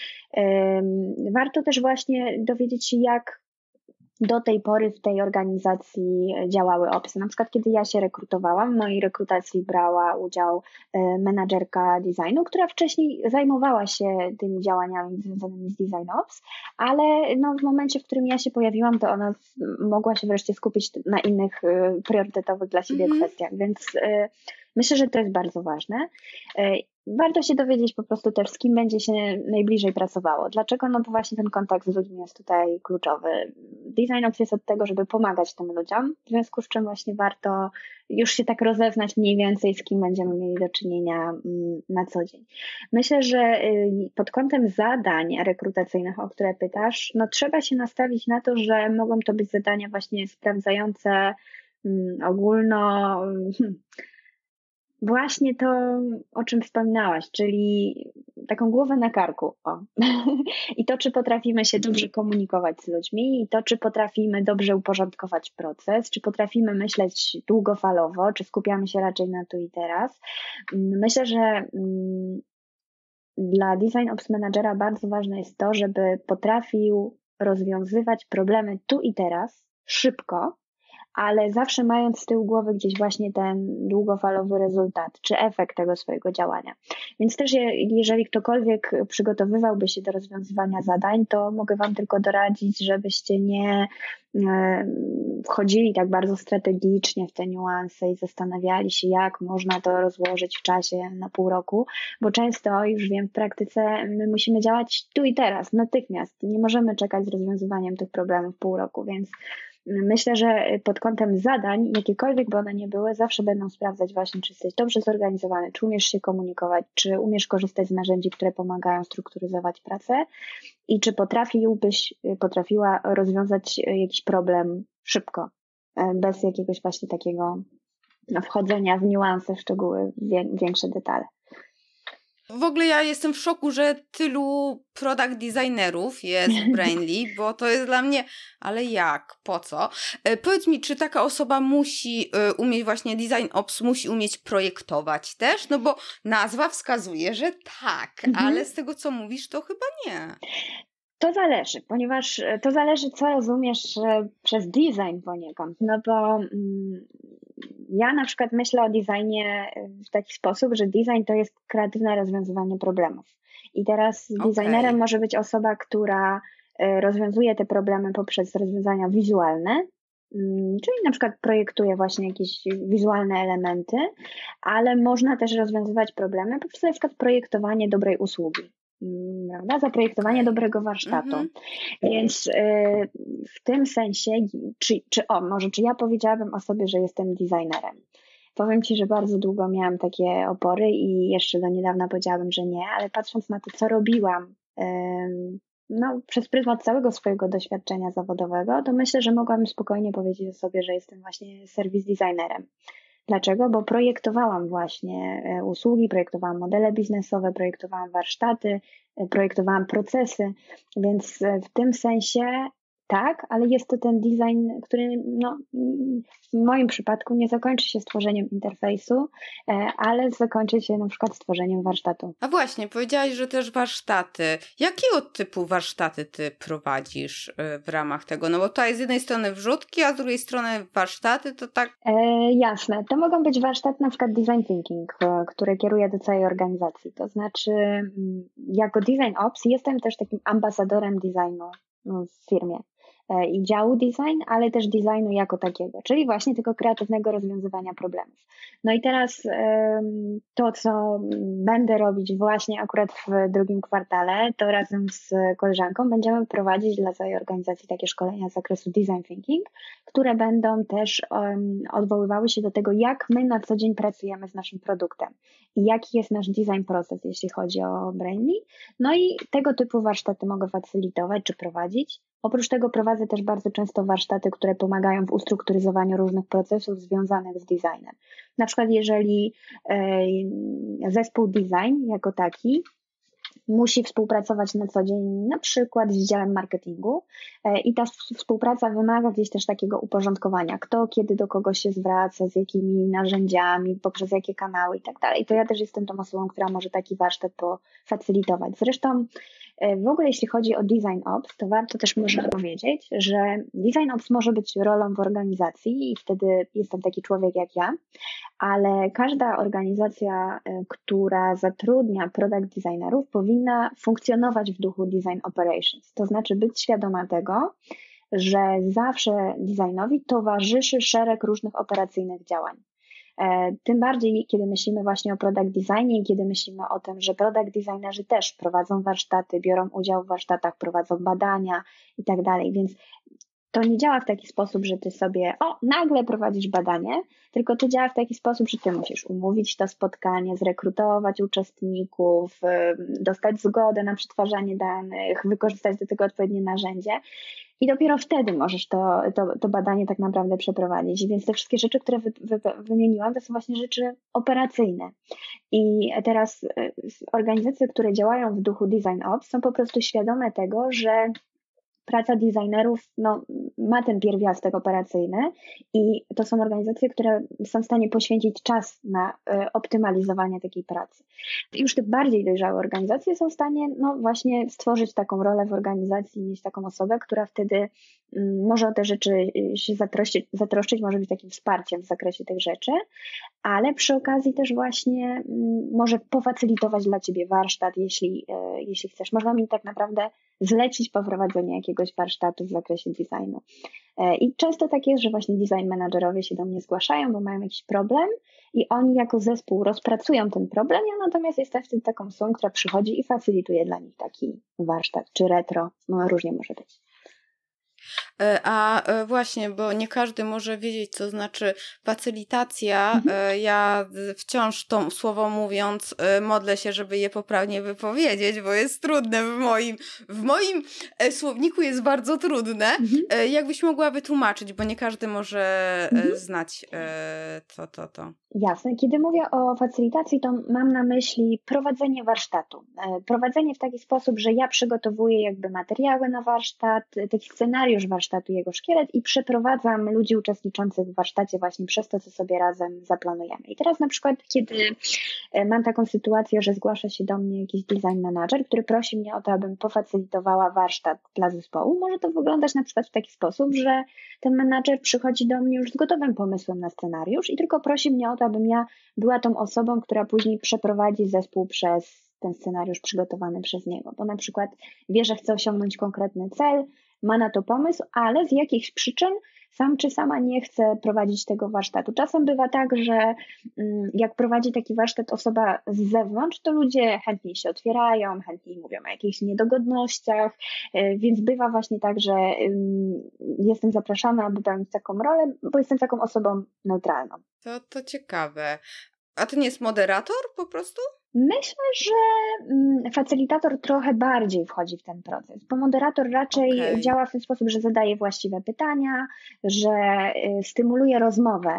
Warto też właśnie dowiedzieć się, jak do tej pory w tej organizacji działały opsy. Na przykład kiedy ja się rekrutowałam, w mojej rekrutacji brała udział menadżerka designu, która wcześniej zajmowała się tymi działaniami związanymi z design ops, ale no w momencie, w którym ja się pojawiłam, to ona mogła się wreszcie skupić na innych priorytetowych dla siebie mm-hmm. kwestiach, więc myślę, że to jest bardzo ważne. Warto się dowiedzieć po prostu też, z kim będzie się najbliżej pracowało. Dlaczego? No bo właśnie ten kontakt z ludźmi jest tutaj kluczowy. Design ops jest od tego, żeby pomagać tym ludziom, w związku z czym właśnie warto już się tak rozeznać mniej więcej, z kim będziemy mieli do czynienia na co dzień. Myślę, że pod kątem zadań rekrutacyjnych, o które pytasz, no trzeba się nastawić na to, że mogą to być zadania właśnie sprawdzające ogólno... Właśnie to, o czym wspominałaś, czyli taką głowę na karku. O. I to, czy potrafimy się dobrze komunikować z ludźmi, i to, czy potrafimy dobrze uporządkować proces, czy potrafimy myśleć długofalowo, czy skupiamy się raczej na tu i teraz. Myślę, że dla Design Ops Managera bardzo ważne jest to, żeby potrafił rozwiązywać problemy tu i teraz, szybko, ale zawsze mając z tyłu głowy gdzieś właśnie ten długofalowy rezultat, czy efekt tego swojego działania. Więc też jeżeli ktokolwiek przygotowywałby się do rozwiązywania zadań, to mogę Wam tylko doradzić, żebyście nie wchodzili tak bardzo strategicznie w te niuanse i zastanawiali się, jak można to rozłożyć w czasie na pół roku, bo często, już wiem, w praktyce my musimy działać tu i teraz, natychmiast. Nie możemy czekać z rozwiązywaniem tych problemów pół roku, więc myślę, że pod kątem zadań, jakiekolwiek by one nie były, zawsze będą sprawdzać właśnie, czy jesteś dobrze zorganizowany, czy umiesz się komunikować, czy umiesz korzystać z narzędzi, które pomagają strukturyzować pracę i czy potrafiłbyś, potrafiła rozwiązać jakiś problem szybko, bez jakiegoś właśnie takiego wchodzenia w niuanse, w szczegóły, w większe detale. W ogóle ja jestem w szoku, że tylu product designerów jest w Brainly, bo to jest dla mnie, ale jak, po co? E, powiedz mi, czy taka osoba musi e, umieć właśnie design ops, musi umieć projektować też? No bo nazwa wskazuje, że tak, mhm. ale z tego co mówisz, to chyba nie. To zależy, ponieważ to zależy, co rozumiesz przez design poniekąd, no bo mm, ja na przykład myślę o designie w taki sposób, że design to jest kreatywne rozwiązywanie problemów. I teraz okay. designerem może być osoba, która rozwiązuje te problemy poprzez rozwiązania wizualne, czyli na przykład projektuje właśnie jakieś wizualne elementy, ale można też rozwiązywać problemy poprzez na przykład projektowanie dobrej usługi. Prawda? Zaprojektowanie dobrego warsztatu. Mm-hmm. Więc y, w tym sensie, czy, czy o, może czy ja powiedziałabym o sobie, że jestem designerem. Powiem Ci, że bardzo długo miałam takie opory i jeszcze do niedawna powiedziałabym, że nie, ale patrząc na to, co robiłam y, no, przez pryzmat całego swojego doświadczenia zawodowego, to myślę, że mogłabym spokojnie powiedzieć o sobie, że jestem właśnie serwis designerem. Dlaczego? Bo projektowałam właśnie usługi, projektowałam modele biznesowe, projektowałam warsztaty, projektowałam procesy, więc w tym sensie tak, ale jest to ten design, który no, w moim przypadku nie zakończy się stworzeniem interfejsu, ale zakończy się na przykład stworzeniem warsztatu. A właśnie, powiedziałaś, że też warsztaty. Jakiego typu warsztaty ty prowadzisz w ramach tego? No bo tutaj z jednej strony wrzutki, a z drugiej strony warsztaty, to tak... E, jasne, to mogą być warsztaty na przykład design thinking, które kieruję do całej organizacji. To znaczy jako design ops jestem też takim ambasadorem designu w firmie i działu design, ale też designu jako takiego, czyli właśnie tego kreatywnego rozwiązywania problemów. No i teraz to, co będę robić właśnie akurat w drugim kwartale, to razem z koleżanką będziemy prowadzić dla całej organizacji takie szkolenia z zakresu design thinking, które będą też odwoływały się do tego, jak my na co dzień pracujemy z naszym produktem i jaki jest nasz design proces, jeśli chodzi o Brainly. No i tego typu warsztaty mogę facylitować czy prowadzić. Oprócz tego prowadzę też bardzo często warsztaty, które pomagają w ustrukturyzowaniu różnych procesów związanych z designem. Na przykład jeżeli zespół design jako taki musi współpracować na co dzień na przykład z działem marketingu i ta współpraca wymaga gdzieś też takiego uporządkowania, kto kiedy do kogo się zwraca, z jakimi narzędziami, poprzez jakie kanały i tak dalej. To ja też jestem tą osobą, która może taki warsztat pofacylitować. Zresztą w ogóle jeśli chodzi o design ops, to warto też może powiedzieć, że design ops może być rolą w organizacji i wtedy jestem taki człowiek jak ja, ale każda organizacja, która zatrudnia product designerów, powinna funkcjonować w duchu design operations. To znaczy być świadoma tego, że zawsze designowi towarzyszy szereg różnych operacyjnych działań. Tym bardziej, kiedy myślimy właśnie o product designie i kiedy myślimy o tym, że product designerzy też prowadzą warsztaty, biorą udział w warsztatach, prowadzą badania i tak dalej, więc to nie działa w taki sposób, że ty sobie, o, nagle prowadzisz badanie, tylko to działa w taki sposób, że ty musisz umówić to spotkanie, zrekrutować uczestników, dostać zgodę na przetwarzanie danych, wykorzystać do tego odpowiednie narzędzie i dopiero wtedy możesz to, to, to badanie tak naprawdę przeprowadzić. Więc te wszystkie rzeczy, które wy, wy, wymieniłam, to są właśnie rzeczy operacyjne. I teraz organizacje, które działają w duchu Design Ops, są po prostu świadome tego, że praca designerów no, ma ten pierwiastek operacyjny i to są organizacje, które są w stanie poświęcić czas na y, optymalizowanie takiej pracy. Już te bardziej dojrzałe organizacje są w stanie no, właśnie stworzyć taką rolę w organizacji, mieć taką osobę, która wtedy y, może o te rzeczy się zatroszczyć, zatroszczyć, może być takim wsparciem w zakresie tych rzeczy, ale przy okazji też właśnie y, może pofacylitować dla ciebie warsztat, jeśli, y, jeśli chcesz. Można mi tak naprawdę zlecić poprowadzenie jakiegoś warsztatu w zakresie designu. I często tak jest, że właśnie design managerowie się do mnie zgłaszają, bo mają jakiś problem i oni jako zespół rozpracują ten problem, ja natomiast jestem wtedy taką osobą, która przychodzi i facylituje dla nich taki warsztat, czy retro, no różnie może być. A właśnie, bo nie każdy może wiedzieć, co znaczy facylitacja. Mhm. Ja wciąż to słowo mówiąc modlę się, żeby je poprawnie wypowiedzieć, bo jest trudne w moim, w moim słowniku jest bardzo trudne. Mhm. Jakbyś mogła wytłumaczyć, bo nie każdy może mhm. znać to, to, to. Jasne. Kiedy mówię o facylitacji, to mam na myśli prowadzenie warsztatu. Prowadzenie w taki sposób, że ja przygotowuję jakby materiały na warsztat, taki scenariusz warsztatu, jego szkielet i przeprowadzam ludzi uczestniczących w warsztacie właśnie przez to, co sobie razem zaplanujemy. I teraz na przykład, kiedy mam taką sytuację, że zgłasza się do mnie jakiś design manager, który prosi mnie o to, abym pofacylitowała warsztat dla zespołu, może to wyglądać na przykład w taki sposób, że ten menadżer przychodzi do mnie już z gotowym pomysłem na scenariusz i tylko prosi mnie o to, abym ja była tą osobą, która później przeprowadzi zespół przez ten scenariusz przygotowany przez niego. Bo na przykład wie, że chce osiągnąć konkretny cel, ma na to pomysł, ale z jakichś przyczyn sam czy sama nie chce prowadzić tego warsztatu. Czasem bywa tak, że jak prowadzi taki warsztat osoba z zewnątrz, to ludzie chętniej się otwierają, chętniej mówią o jakichś niedogodnościach, więc bywa właśnie tak, że jestem zapraszana, aby pełnić taką rolę, bo jestem taką osobą neutralną. To, to ciekawe. A to nie jest moderator po prostu? Myślę, że facylitator trochę bardziej wchodzi w ten proces, bo moderator raczej okay. działa w ten sposób, że zadaje właściwe pytania, że stymuluje rozmowę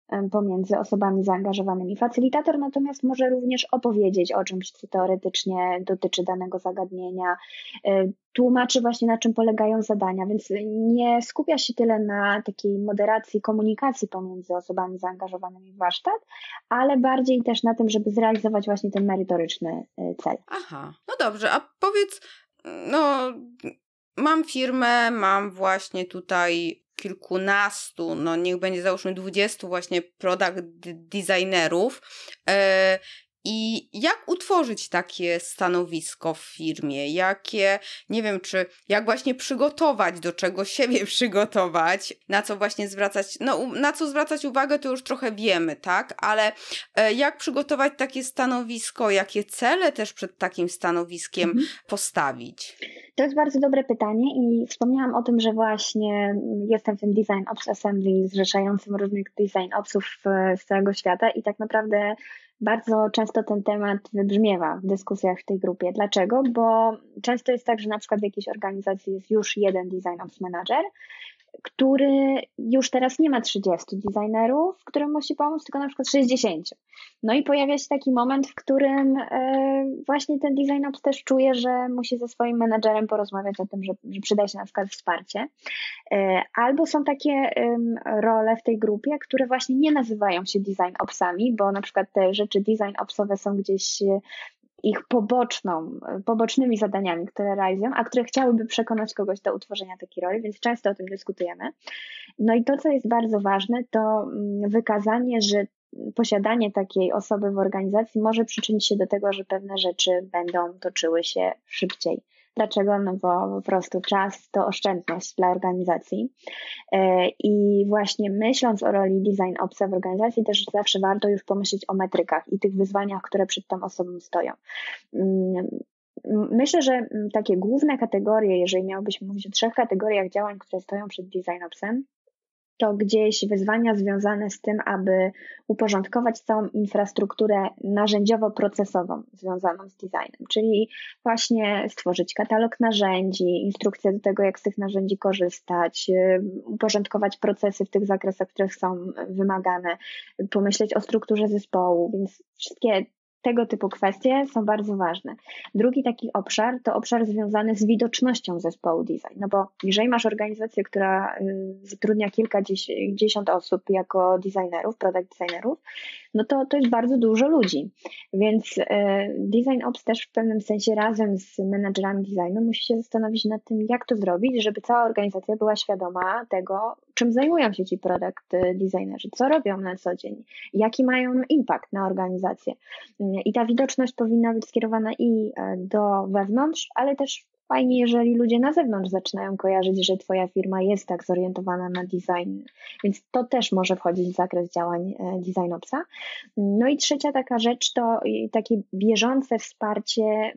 pomiędzy osobami zaangażowanymi. Facylitator natomiast może również opowiedzieć o czymś, co teoretycznie dotyczy danego zagadnienia, tłumaczy właśnie, na czym polegają zadania, więc nie skupia się tyle na takiej moderacji komunikacji pomiędzy osobami zaangażowanymi w warsztat, ale bardziej też na tym, żeby zrealizować właśnie ten merytoryczny cel. Aha, no dobrze, a powiedz, no mam firmę, mam właśnie tutaj kilkunastu, no niech będzie załóżmy dwudziestu właśnie product designerów. E, I jak utworzyć takie stanowisko w firmie? Jakie, nie wiem, czy jak właśnie przygotować, do czego siebie przygotować, na co właśnie zwracać, no na co zwracać uwagę, to już trochę wiemy, tak? Ale e, jak przygotować takie stanowisko, jakie cele też przed takim stanowiskiem mhm. postawić? To jest bardzo dobre pytanie i wspomniałam o tym, że właśnie jestem w tym Design Ops Assembly zrzeszającym różnych Design Opsów z całego świata i tak naprawdę bardzo często ten temat wybrzmiewa w dyskusjach w tej grupie. Dlaczego? Bo często jest tak, że na przykład w jakiejś organizacji jest już jeden Design Ops Manager, który już teraz nie ma trzydziestu designerów, którym musi pomóc, tylko na przykład sześćdziesięciu. No i pojawia się taki moment, w którym właśnie ten Design Ops też czuje, że musi ze swoim menadżerem porozmawiać o tym, że, że przyda się na przykład wsparcie. Albo są takie role w tej grupie, które właśnie nie nazywają się Design Opsami, bo na przykład te rzeczy Design Opsowe są gdzieś ich poboczną, pobocznymi zadaniami, które realizują, a które chciałyby przekonać kogoś do utworzenia takiej roli, więc często o tym dyskutujemy. No i to, co jest bardzo ważne, to wykazanie, że posiadanie takiej osoby w organizacji może przyczynić się do tego, że pewne rzeczy będą toczyły się szybciej. Dlaczego? No bo po prostu czas to oszczędność dla organizacji i właśnie myśląc o roli Design Opsa w organizacji też zawsze warto już pomyśleć o metrykach i tych wyzwaniach, które przed tą osobą stoją. Myślę, że takie główne kategorie, jeżeli miałbyśmy mówić o trzech kategoriach działań, które stoją przed Design Opsem, to gdzieś wyzwania związane z tym, aby uporządkować całą infrastrukturę narzędziowo-procesową związaną z designem, czyli właśnie stworzyć katalog narzędzi, instrukcje do tego, jak z tych narzędzi korzystać, uporządkować procesy w tych zakresach, w których są wymagane, pomyśleć o strukturze zespołu, więc wszystkie tego typu kwestie są bardzo ważne. Drugi taki obszar to obszar związany z widocznością zespołu design, no bo jeżeli masz organizację, która zatrudnia kilkadziesiąt osób jako designerów, product designerów, no to to jest bardzo dużo ludzi, więc Design Ops też w pewnym sensie razem z menadżerami designu musi się zastanowić nad tym, jak to zrobić, żeby cała organizacja była świadoma tego, czym zajmują się ci product designerzy, co robią na co dzień, jaki mają impact na organizację. I ta widoczność powinna być skierowana i do wewnątrz, ale też fajnie, jeżeli ludzie na zewnątrz zaczynają kojarzyć, że twoja firma jest tak zorientowana na design, więc to też może wchodzić w zakres działań Design Opsa. No i trzecia taka rzecz to takie bieżące wsparcie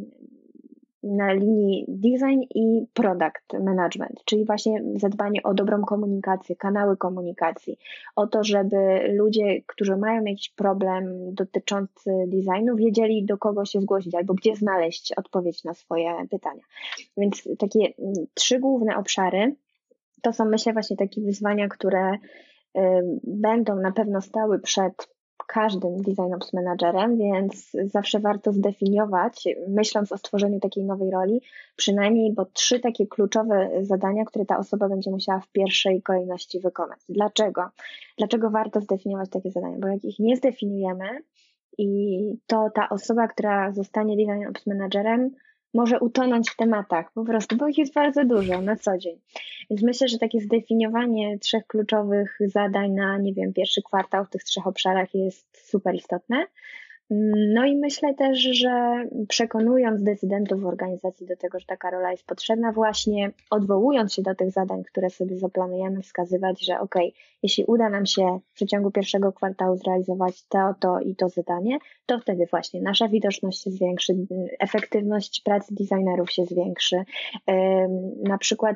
na linii design i product management, czyli właśnie zadbanie o dobrą komunikację, kanały komunikacji, o to, żeby ludzie, którzy mają jakiś problem dotyczący designu, wiedzieli, do kogo się zgłosić albo gdzie znaleźć odpowiedź na swoje pytania. Więc takie trzy główne obszary to są, myślę, właśnie takie wyzwania, które y, będą na pewno stały przed każdym Design Ops Managerem, więc zawsze warto zdefiniować, myśląc o stworzeniu takiej nowej roli, przynajmniej bo trzy takie kluczowe zadania, które ta osoba będzie musiała w pierwszej kolejności wykonać. Dlaczego? Dlaczego warto zdefiniować takie zadania? Bo jak ich nie zdefiniujemy i to ta osoba, która zostanie Design Ops Managerem, może utonąć w tematach, po prostu, bo ich jest bardzo dużo na co dzień. Więc myślę, że takie zdefiniowanie trzech kluczowych zadań na, nie wiem, pierwszy kwartał w tych trzech obszarach jest super istotne. No i myślę też, że przekonując decydentów w organizacji do tego, że taka rola jest potrzebna, właśnie odwołując się do tych zadań, które sobie zaplanujemy, wskazywać, że ok, jeśli uda nam się w przeciągu pierwszego kwartału zrealizować to, to i to zadanie, to wtedy właśnie nasza widoczność się zwiększy, efektywność pracy designerów się zwiększy. Na przykład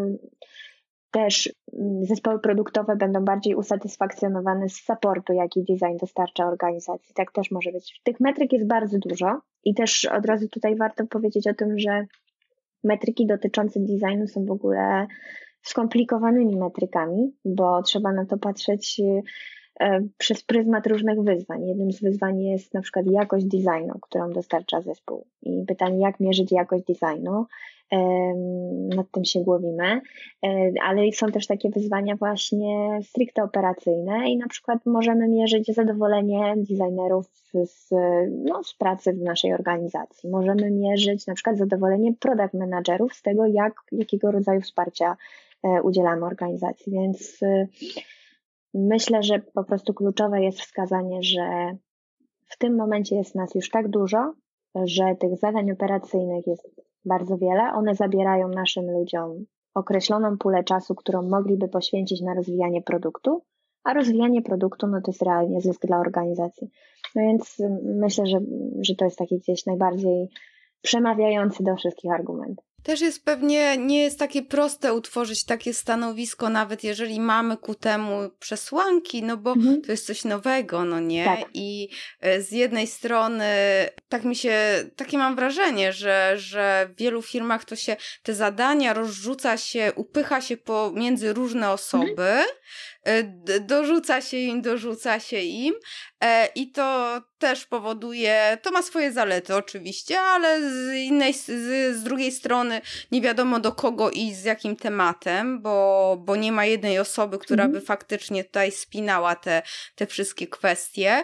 też zespoły produktowe będą bardziej usatysfakcjonowane z supportu, jaki design dostarcza organizacji. Tak też może być. Tych metryk jest bardzo dużo i też od razu tutaj warto powiedzieć o tym, że metryki dotyczące designu są w ogóle skomplikowanymi metrykami, bo trzeba na to patrzeć przez pryzmat różnych wyzwań. Jednym z wyzwań jest na przykład jakość designu, którą dostarcza zespół. I pytanie, jak mierzyć jakość designu, nad tym się głowimy, ale są też takie wyzwania właśnie stricte operacyjne i na przykład możemy mierzyć zadowolenie designerów z, no, z pracy w naszej organizacji. Możemy mierzyć na przykład zadowolenie product managerów z tego, jak, jakiego rodzaju wsparcia udzielamy organizacji, więc myślę, że po prostu kluczowe jest wskazanie, że w tym momencie jest nas już tak dużo, że tych zadań operacyjnych jest bardzo wiele. One zabierają naszym ludziom określoną pulę czasu, którą mogliby poświęcić na rozwijanie produktu, a rozwijanie produktu no to jest realnie zysk dla organizacji. No więc myślę, że, że to jest taki gdzieś najbardziej przemawiający do wszystkich argument. Też jest pewnie, nie jest takie proste utworzyć takie stanowisko, nawet jeżeli mamy ku temu przesłanki, no bo mhm. to jest coś nowego, no nie? Tak. I z jednej strony tak mi się, takie mam wrażenie, że, że w wielu firmach to się te zadania rozrzuca się, upycha się pomiędzy różne osoby, mhm. dorzuca się im, dorzuca się im i to też powoduje, to ma swoje zalety oczywiście, ale z innej, z, z drugiej strony nie wiadomo do kogo i z jakim tematem, bo, bo nie ma jednej osoby, która by faktycznie tutaj spinała te, te wszystkie kwestie.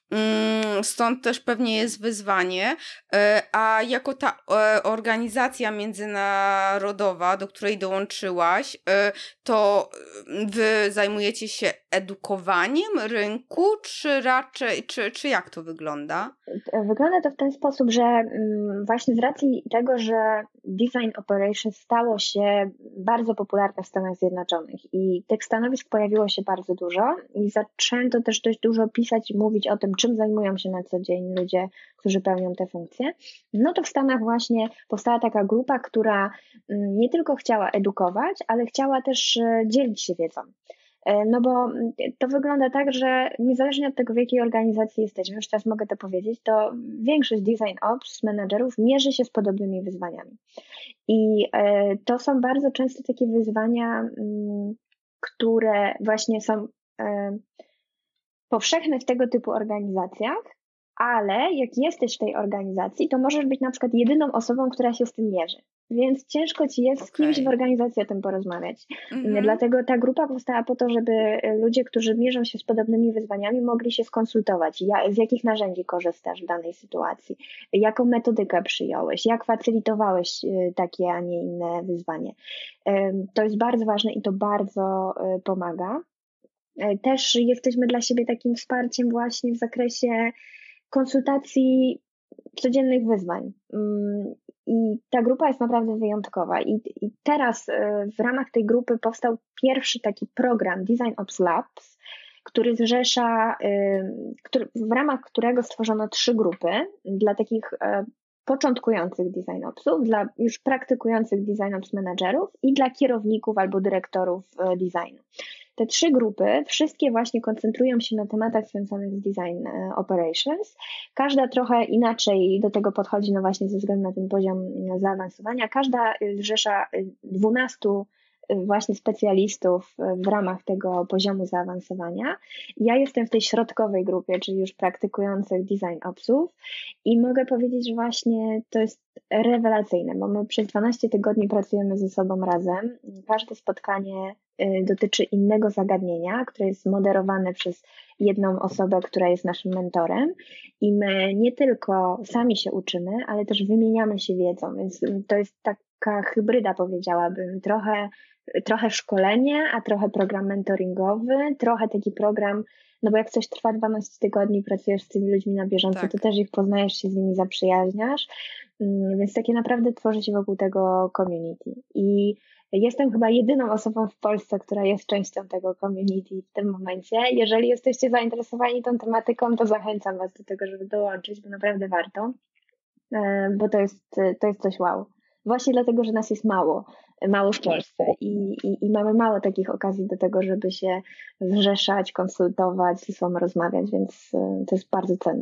Stąd też pewnie jest wyzwanie, a jako ta organizacja międzynarodowa, do której dołączyłaś, to wy zajmujecie się edukowaniem rynku, czy raczej, czy, czy jak to wygląda? Wygląda to w ten sposób, że właśnie z racji tego, że Design Operations stało się bardzo popularne w Stanach Zjednoczonych i tych stanowisk pojawiło się bardzo dużo i zaczęto też dość dużo pisać i mówić o tym, czym zajmują się na co dzień ludzie, którzy pełnią te funkcje, no to w Stanach właśnie powstała taka grupa, która nie tylko chciała edukować, ale chciała też dzielić się wiedzą. No bo to wygląda tak, że niezależnie od tego, w jakiej organizacji jesteśmy, już teraz mogę to powiedzieć, to większość design ops menadżerów mierzy się z podobnymi wyzwaniami. I to są bardzo często takie wyzwania, które właśnie są powszechne w tego typu organizacjach, ale jak jesteś w tej organizacji, to możesz być na przykład jedyną osobą, która się z tym mierzy. Więc ciężko ci jest okay. z kimś w organizacji o tym porozmawiać. Mm-hmm. Dlatego ta grupa powstała po to, żeby ludzie, którzy mierzą się z podobnymi wyzwaniami, mogli się skonsultować, z jakich narzędzi korzystasz w danej sytuacji, jaką metodykę przyjąłeś, jak facylitowałeś takie, a nie inne wyzwanie. To jest bardzo ważne i to bardzo pomaga. Też jesteśmy dla siebie takim wsparciem właśnie w zakresie konsultacji codziennych wyzwań. I ta grupa jest naprawdę wyjątkowa. I, i teraz w ramach tej grupy powstał pierwszy taki program Design Ops Labs, który zrzesza, który, w ramach którego stworzono trzy grupy dla takich początkujących design opsów, dla już praktykujących design ops menadżerów i dla kierowników albo dyrektorów designu. Te trzy grupy, wszystkie właśnie koncentrują się na tematach związanych z design operations. Każda trochę inaczej do tego podchodzi, no właśnie ze względu na ten poziom zaawansowania. Każda zrzesza dwunastu właśnie specjalistów w ramach tego poziomu zaawansowania. Ja jestem w tej środkowej grupie, czyli już praktykujących design opsów i mogę powiedzieć, że właśnie to jest rewelacyjne, bo my przez dwanaście tygodni pracujemy ze sobą razem. Każde spotkanie dotyczy innego zagadnienia, które jest moderowane przez jedną osobę, która jest naszym mentorem i my nie tylko sami się uczymy, ale też wymieniamy się wiedzą, więc to jest taka hybryda, powiedziałabym, trochę trochę szkolenie, a trochę program mentoringowy, trochę taki program, no bo jak coś trwa dwanaście tygodni, pracujesz z tymi ludźmi na bieżąco, tak. to też ich poznajesz, się z nimi zaprzyjaźniasz, więc takie naprawdę tworzy się wokół tego community. I jestem chyba jedyną osobą w Polsce, która jest częścią tego community w tym momencie. Jeżeli jesteście zainteresowani tą tematyką, to zachęcam Was do tego, żeby dołączyć, bo naprawdę warto, bo to jest, to jest coś wow. Właśnie dlatego, że nas jest mało, mało w Polsce i, i, i mamy mało takich okazji do tego, żeby się zrzeszać, konsultować, ze sobą rozmawiać, więc to jest bardzo cenne.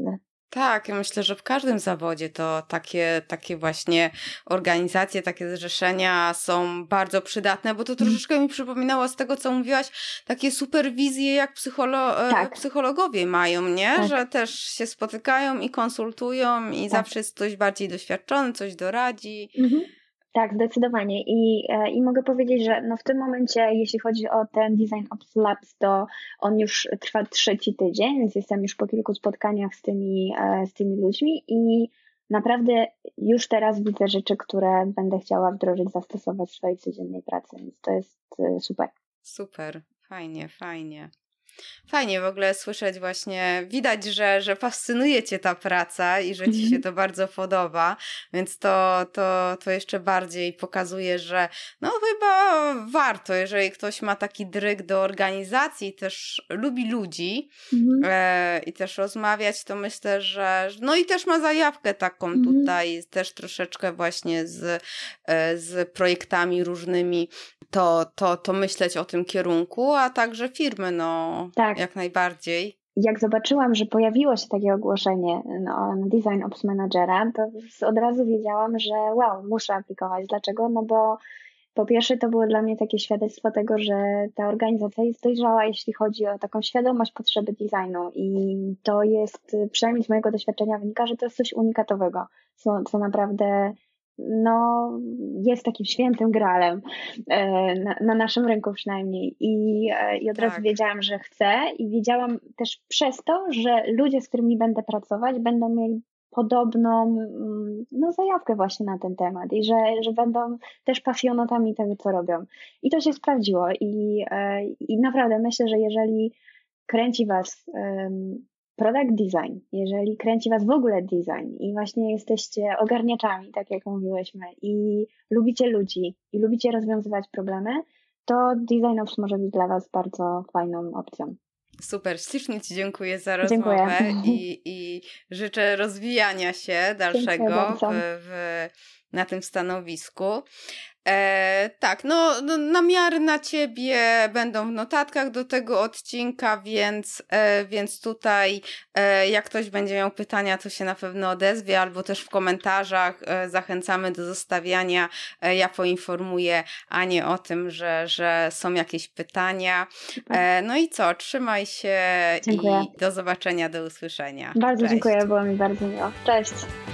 Tak, ja myślę, że w każdym zawodzie to takie, takie właśnie organizacje, takie zrzeszenia są bardzo przydatne, bo to troszeczkę mi przypominało z tego, co mówiłaś, takie superwizje, jak psycholo- Tak. psychologowie mają, nie? Tak. Że też się spotykają i konsultują i tak. zawsze jest ktoś bardziej doświadczony, coś doradzi. Mhm. Tak, zdecydowanie. I, I mogę powiedzieć, że no w tym momencie, jeśli chodzi o ten Design Ops Labs, to on już trwa trzeci tydzień, więc jestem już po kilku spotkaniach z tymi, z tymi ludźmi i naprawdę już teraz widzę rzeczy, które będę chciała wdrożyć, zastosować w swojej codziennej pracy, więc to jest super. Super, fajnie, fajnie. Fajnie w ogóle słyszeć właśnie, widać, że, że fascynuje cię ta praca i że ci się to bardzo podoba, więc to, to, to jeszcze bardziej pokazuje, że no chyba warto, jeżeli ktoś ma taki dryg do organizacji, też lubi ludzi mhm. e, i też rozmawiać, to myślę, że no i też ma zajawkę taką mhm. tutaj, też troszeczkę właśnie z, e, z projektami różnymi, to, to, to myśleć o tym kierunku, a także firmy, no tak. jak najbardziej. Jak zobaczyłam, że pojawiło się takie ogłoszenie no, na Design Ops Managera, to od razu wiedziałam, że wow, muszę aplikować. Dlaczego? No bo po pierwsze to było dla mnie takie świadectwo tego, że ta organizacja jest dojrzała, jeśli chodzi o taką świadomość potrzeby designu i to jest, przynajmniej z mojego doświadczenia wynika, że to jest coś unikatowego, co, co naprawdę no, jest takim świętym gralem na, na naszym rynku przynajmniej i, i od tak. razu wiedziałam, że chcę i wiedziałam też przez to, że ludzie, z którymi będę pracować, będą mieli podobną no, zajawkę właśnie na ten temat i że, że będą też pasjonatami tego, co robią. I to się sprawdziło i, i naprawdę myślę, że jeżeli kręci Was um, product design, jeżeli kręci Was w ogóle design i właśnie jesteście ogarniaczami, tak jak mówiłyśmy, i lubicie ludzi i lubicie rozwiązywać problemy, to Design Ops może być dla Was bardzo fajną opcją. Super, ślicznie Ci dziękuję za rozmowę i, i życzę rozwijania się dalszego w, w, na tym stanowisku. E, tak, no, no namiary na Ciebie będą w notatkach do tego odcinka, więc, e, więc tutaj e, jak ktoś będzie miał pytania, to się na pewno odezwie, albo też w komentarzach e, zachęcamy do zostawiania. E, ja poinformuję Anię o tym, że, że są jakieś pytania. E, no i co, trzymaj się dziękuję. I do zobaczenia, do usłyszenia. Bardzo Cześć. Dziękuję, było mi bardzo miło. Cześć.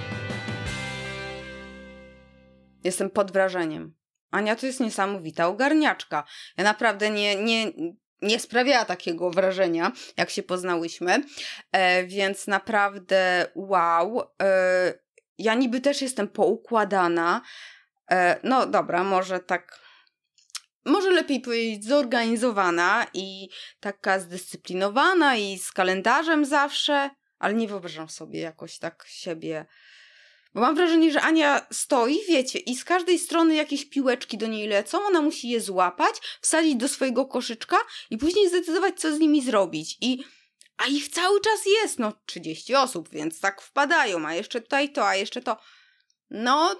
Jestem pod wrażeniem. Ania to jest niesamowita ogarniaczka. Ja naprawdę nie, nie, nie sprawiała takiego wrażenia, jak się poznałyśmy, e, więc naprawdę wow. E, ja niby też jestem poukładana. E, no dobra, może tak, może lepiej powiedzieć zorganizowana i taka zdyscyplinowana i z kalendarzem zawsze, ale nie wyobrażam sobie jakoś tak siebie. Bo mam wrażenie, że Ania stoi, wiecie, i z każdej strony jakieś piłeczki do niej lecą, ona musi je złapać, wsadzić do swojego koszyczka i później zdecydować, co z nimi zrobić. I, a ich cały czas jest, no trzydzieści osób, więc tak wpadają, a jeszcze tutaj to, a jeszcze to. No,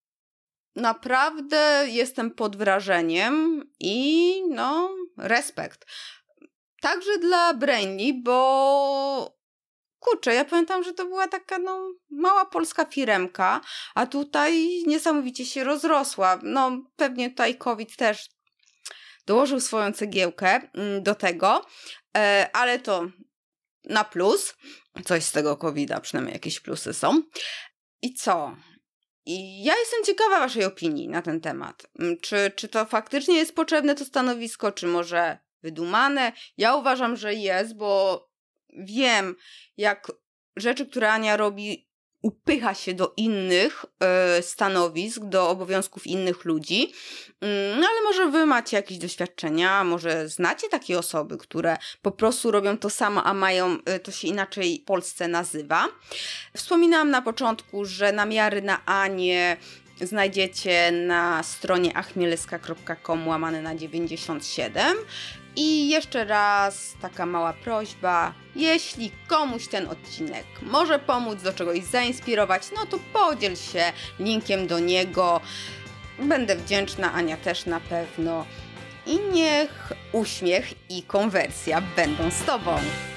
naprawdę jestem pod wrażeniem i no, respekt. Także dla Brainly, bo... Kurczę, ja pamiętam, że to była taka no mała polska firemka, a tutaj niesamowicie się rozrosła. No pewnie tutaj COVID też dołożył swoją cegiełkę do tego, ale to na plus. Coś z tego kowida, przynajmniej jakieś plusy są. I co? I ja jestem ciekawa waszej opinii na ten temat. Czy, czy to faktycznie jest potrzebne to stanowisko, czy może wydumane? Ja uważam, że jest, bo wiem, jak rzeczy, które Ania robi, upycha się do innych y, stanowisk, do obowiązków innych ludzi, y, no ale może wy macie jakieś doświadczenia, może znacie takie osoby, które po prostu robią to samo, a mają, y, to się inaczej w Polsce nazywa. Wspominałam na początku, że namiary na Anię znajdziecie na stronie achmielska kropka com łamane na dziewięćdziesiąt siedem. I jeszcze raz taka mała prośba, jeśli komuś ten odcinek może pomóc, do czegoś zainspirować, no to podziel się linkiem do niego. Będę wdzięczna, Ania też na pewno. I niech uśmiech i konwersja będą z Tobą.